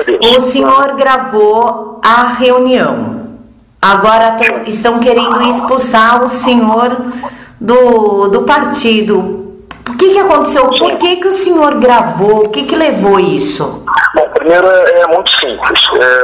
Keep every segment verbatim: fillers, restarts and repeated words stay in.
O senhor gravou a reunião. Agora t- estão querendo expulsar o senhor do, do partido. O que, que aconteceu? Por que, que o senhor gravou? O que, que levou isso? Bom, primeiro é, é muito simples.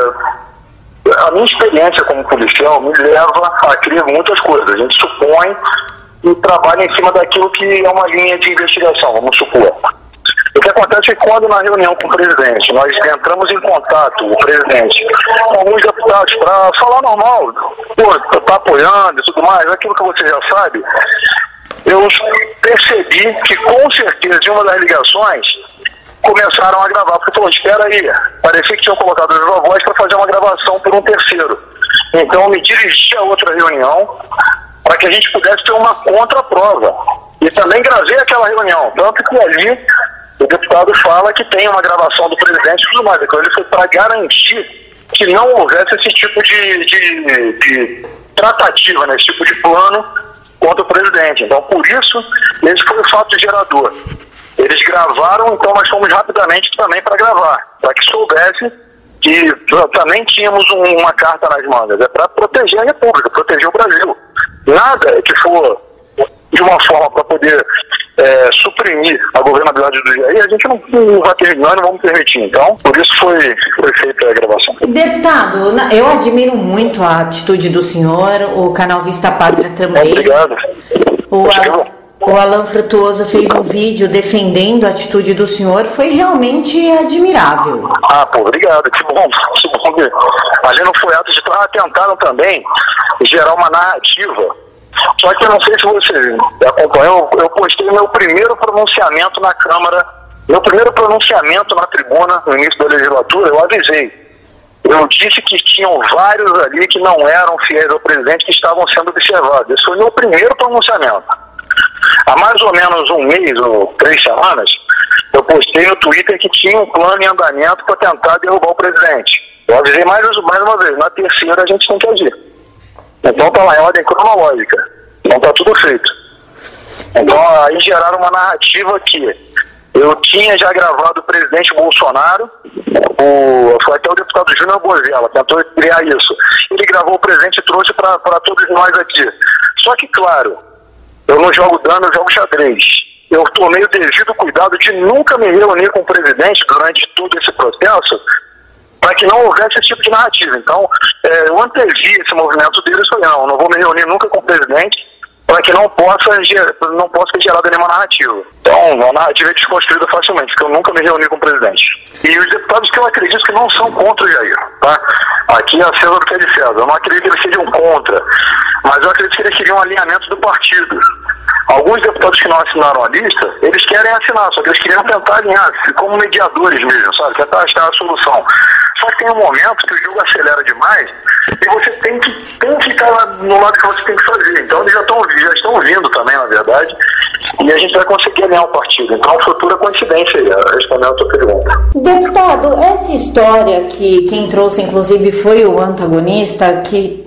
É, a minha experiência como policial me leva a crer muitas coisas. A gente supõe e trabalha em cima daquilo que é uma linha de investigação, vamos supor. O que acontece é que quando na reunião com o presidente, nós entramos em contato, o presidente, com alguns deputados para falar normal, pô, tá apoiando e tudo mais, aquilo que você já sabe, eu percebi que com certeza de uma das ligações começaram a gravar, porque falou, espera aí, parecia que tinham colocado a viva voz para fazer uma gravação por um terceiro. Então eu me dirigi a outra reunião para que a gente pudesse ter uma contraprova. E também gravei aquela reunião, tanto que ali o deputado fala que tem uma gravação do presidente e tudo mais. Então ele foi para garantir que não houvesse esse tipo de, de, de tratativa, né, esse tipo de plano contra o presidente. Então por isso, esse foi o fato gerador. Eles gravaram, então nós fomos rapidamente também para gravar, para que soubesse que também tínhamos um, uma carta nas mangas. É para proteger a República, proteger o Brasil. Nada que for de uma forma para poder é, suprimir a governabilidade do Jair, a gente não, não vai terminar, não vamos permitir. Então, por isso foi, foi feita a gravação. Deputado, eu admiro muito a atitude do senhor, o canal Vista Pátria também. Obrigado. O, Al, o Alan Frutuoso fez um vídeo defendendo a atitude do senhor, foi realmente admirável. Ah, pô, obrigado, que bom. Que bom. Mas não foi ato de ah, tentaram também gerar uma narrativa. Só que eu não sei se você acompanhou, eu postei meu primeiro pronunciamento na Câmara, meu primeiro pronunciamento na tribuna no início da legislatura, eu avisei. Eu disse que tinham vários ali que não eram fiéis ao presidente que estavam sendo observados. Esse foi o meu primeiro pronunciamento. Há mais ou menos um mês ou três semanas, eu postei no Twitter que tinha um plano em andamento para tentar derrubar o presidente. Eu avisei mais, mais uma vez, na terceira a gente tem que agir. Então está lá em ordem cronológica. Então está tudo feito. Então aí geraram uma narrativa que eu tinha já gravado o presidente Bolsonaro, o, foi até o deputado Júnior Bozella, tentou criar isso. Ele gravou o presidente e trouxe para todos nós aqui. Só que, claro, eu não jogo dano, eu jogo xadrez. Eu tomei o devido cuidado de nunca me reunir com o presidente durante todo esse processo, para que não houvesse esse tipo de narrativa. Então, é, eu antevi esse movimento deles, falei, não, não vou me reunir nunca com o presidente, para que não possa, não possa ser gerada nenhuma narrativa. Então, a narrativa é desconstruída facilmente, porque eu nunca me reuni com o presidente. E os deputados que eu acredito que não são contra o Jair, tá? Aqui é a César do que é de César. Eu não acredito que eles sejam contra, mas eu acredito que eles queriam um alinhamento do partido. Alguns deputados que não assinaram a lista, eles querem assinar, só que eles queriam tentar alinhar, como mediadores mesmo, sabe? Tentar achar a solução. Só que tem um momento que o jogo acelera demais e você tem que, tem que ficar no lado que você tem que fazer. Então eles já estão, já estão vindo também, na verdade, e a gente vai conseguir alinhar o partido. Então a futura coincidência aí, respondendo a tua pergunta. Deputado, essa história que quem trouxe inclusive foi o antagonista, que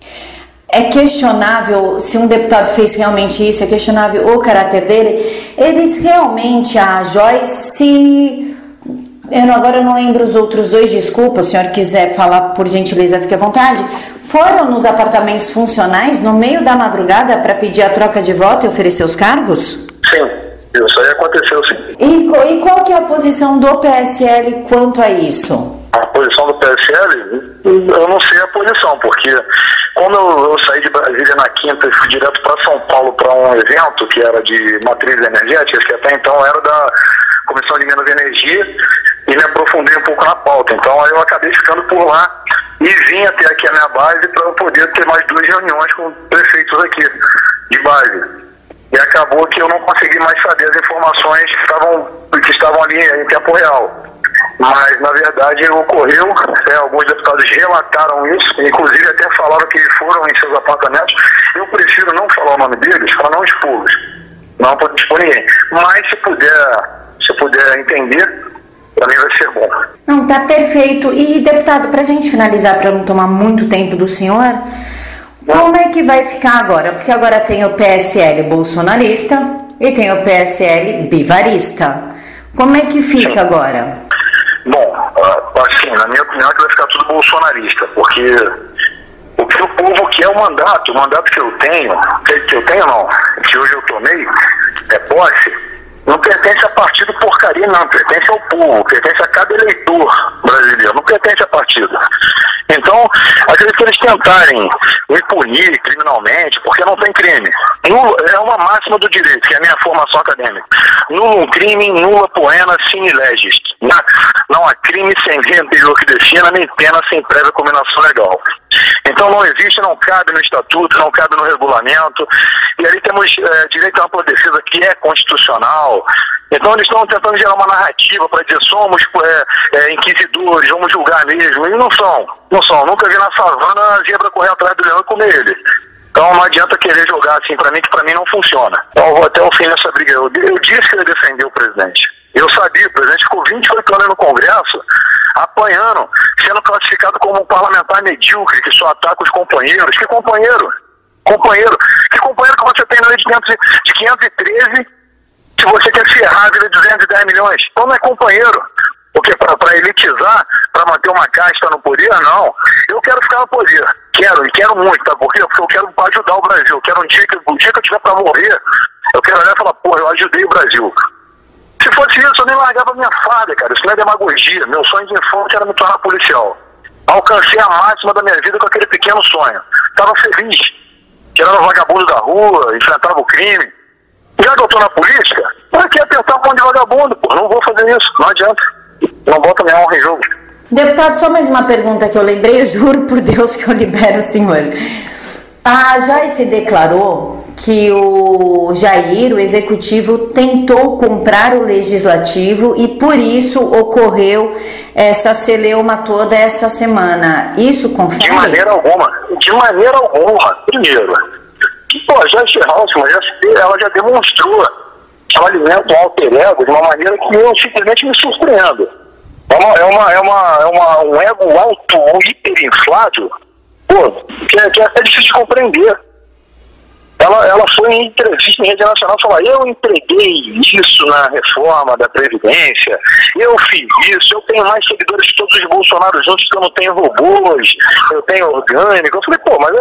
é questionável se um deputado fez realmente isso, é questionável o caráter dele. Eles realmente, a Joyce, se... Eu não, agora eu não lembro os outros dois, desculpa, se o senhor quiser falar, por gentileza, fique à vontade. Foram nos apartamentos funcionais no meio da madrugada para pedir a troca de voto e oferecer os cargos? Sim, isso aí aconteceu, sim. E, e qual que é a posição do P S L quanto a isso? A posição do P S L, eu não sei a posição, porque como eu, eu saí de Brasília na quinta e fui direto para São Paulo para um evento que era de matrizes energéticas, que até então era da Comissão de Minas e Energia, e me aprofundei um pouco na pauta. Então aí eu acabei ficando por lá e vim até aqui a minha base para eu poder ter mais duas reuniões com prefeitos aqui de base. E acabou que eu não consegui mais saber as informações que estavam, que estavam ali em tempo real. Mas, na verdade, ocorreu, é, alguns deputados relataram isso, inclusive até falaram que foram em seus apartamentos. Eu prefiro não falar o nome deles para não expô-los, não para expor ninguém. Mas, se puder, se puder entender, para mim vai ser bom. Não, tá perfeito. E, deputado, para a gente finalizar, para não tomar muito tempo do senhor, como é que vai ficar agora? Porque agora tem o P S L bolsonarista e tem o P S L bivarista. Como é que fica agora? Bom, assim, na minha opinião, que vai ficar tudo bolsonarista, porque o que o povo quer é o mandato, o mandato que eu tenho, que, que eu tenho não, que hoje eu tomei, é posse, não pertence a partido porcaria não, pertence ao povo, pertence a cada eleitor brasileiro, não pertence a partido. Então, acredito que eles tentarem me punir criminalmente, porque não tem crime. Nulo, é uma máxima do direito, que é a minha formação acadêmica. Nulo crime, nula poena, sine legis. Não, não há crime sem lei anterior que defina, nem pena sem prévia combinação legal. Então não existe, não cabe no estatuto, não cabe no regulamento. E ali temos é, direito à ampla defesa, que é constitucional. Então eles estão tentando gerar uma narrativa para dizer somos é, é, inquisidores, vamos julgar mesmo. E não são, não são. Nunca vi na savana a zebra correr atrás do leão e comer ele. Então não adianta querer jogar assim para mim, que para mim não funciona. Então eu vou até o fim dessa briga. Eu, eu disse que eu ia defender o presidente. Eu sabia, o presidente ficou vinte e oito anos no Congresso, apanhando, sendo classificado como um parlamentar medíocre, que só ataca os companheiros. Que companheiro? Companheiro. Que companheiro que você tem na lei de quinhentos e treze, se você quer ferrar a vida de duzentos e dez milhões? Então não é companheiro. Porque para elitizar, para manter uma casta no poder, não. Eu quero ficar no poder. Quero, e quero muito, tá? Por quê? Porque eu quero ajudar o Brasil. Eu quero um dia que, um dia que eu tiver para morrer, eu quero olhar e falar, porra, eu ajudei o Brasil. Se fosse isso, eu nem largava minha farda, cara. Isso não é demagogia. Meu sonho de infância era me tornar policial. Alcancei a máxima da minha vida com aquele pequeno sonho. Tava feliz. Tirando o vagabundo da rua, enfrentava o crime. Já que eu tô na política, pra que apertar a mão de vagabundo, pô? Não vou fazer isso. Não adianta. Não bota minha honra em jogo. Deputado, só mais uma pergunta que eu lembrei. Eu juro por Deus que eu libero o senhor. A Joyce declarou que o Jair, o executivo, tentou comprar o legislativo e por isso ocorreu essa celeuma toda essa semana. Isso confere? De maneira alguma. De maneira alguma. Primeiro, que, pô, a Joyce Hasselmann, já, ela já demonstrou que ela alimenta o alter ego de uma maneira que eu simplesmente me surpreendo. É, uma, é, uma, é, uma, é uma, um ego alto, um hiperinflado, pô, que é, que é até difícil de compreender. Ela, ela foi em entrevista em rede nacional falar, eu entreguei isso na reforma da Previdência, eu fiz isso, eu tenho mais seguidores que todos os Bolsonaros juntos, que eu não tenho robôs, eu tenho orgânico. Eu falei, pô, mas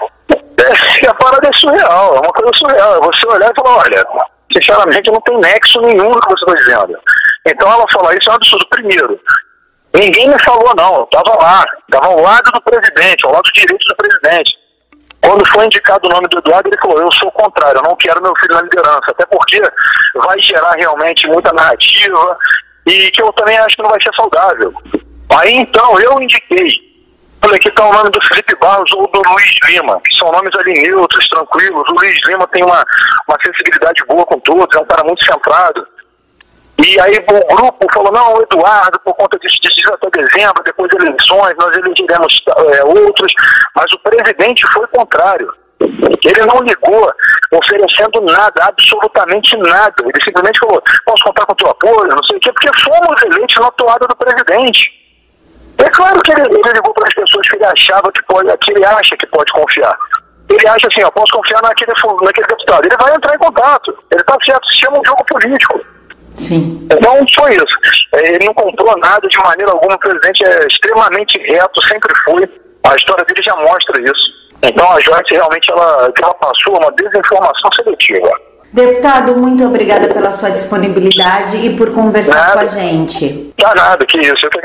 é, a parada é surreal, é uma coisa surreal. Você olhar e falar, olha, sinceramente não tem nexo nenhum no que você está dizendo. Então ela falar isso é um absurdo. Primeiro, ninguém me falou não, eu estava lá, estava ao lado do presidente, ao lado direito do presidente. Quando foi indicado o nome do Eduardo, ele falou, eu sou o contrário, eu não quero meu filho na liderança, até porque vai gerar realmente muita narrativa e que eu também acho que não vai ser saudável. Aí então eu indiquei, falei, aqui está o nome do Felipe Barros ou do Luiz Lima, que são nomes ali neutros, tranquilos. O Luiz Lima tem uma, uma sensibilidade boa com todos, é um cara muito centrado. E aí o grupo falou, não, o Eduardo, por conta disso, disso até dezembro, depois das eleições, nós elegeremos é, outros, mas o presidente foi contrário. Ele não ligou, oferecendo nada, absolutamente nada. Ele simplesmente falou, posso contar com o teu apoio, não sei o quê, porque fomos eleitos na toada do presidente. É claro que ele, ele ligou para as pessoas que ele achava que pode, que ele acha que pode confiar. Ele acha assim, ó, posso confiar naquele, naquele deputado. Ele vai entrar em contato. Ele está certo, se chama um jogo político. Sim. Então foi isso. Ele não comprou nada de maneira alguma. O presidente é extremamente reto, sempre foi. A história dele já mostra isso. Então a Joyce realmente ela, ela passou uma desinformação seletiva. Deputado, muito obrigada pela sua disponibilidade e por conversar nada. com a gente. Tá nada, que isso. Eu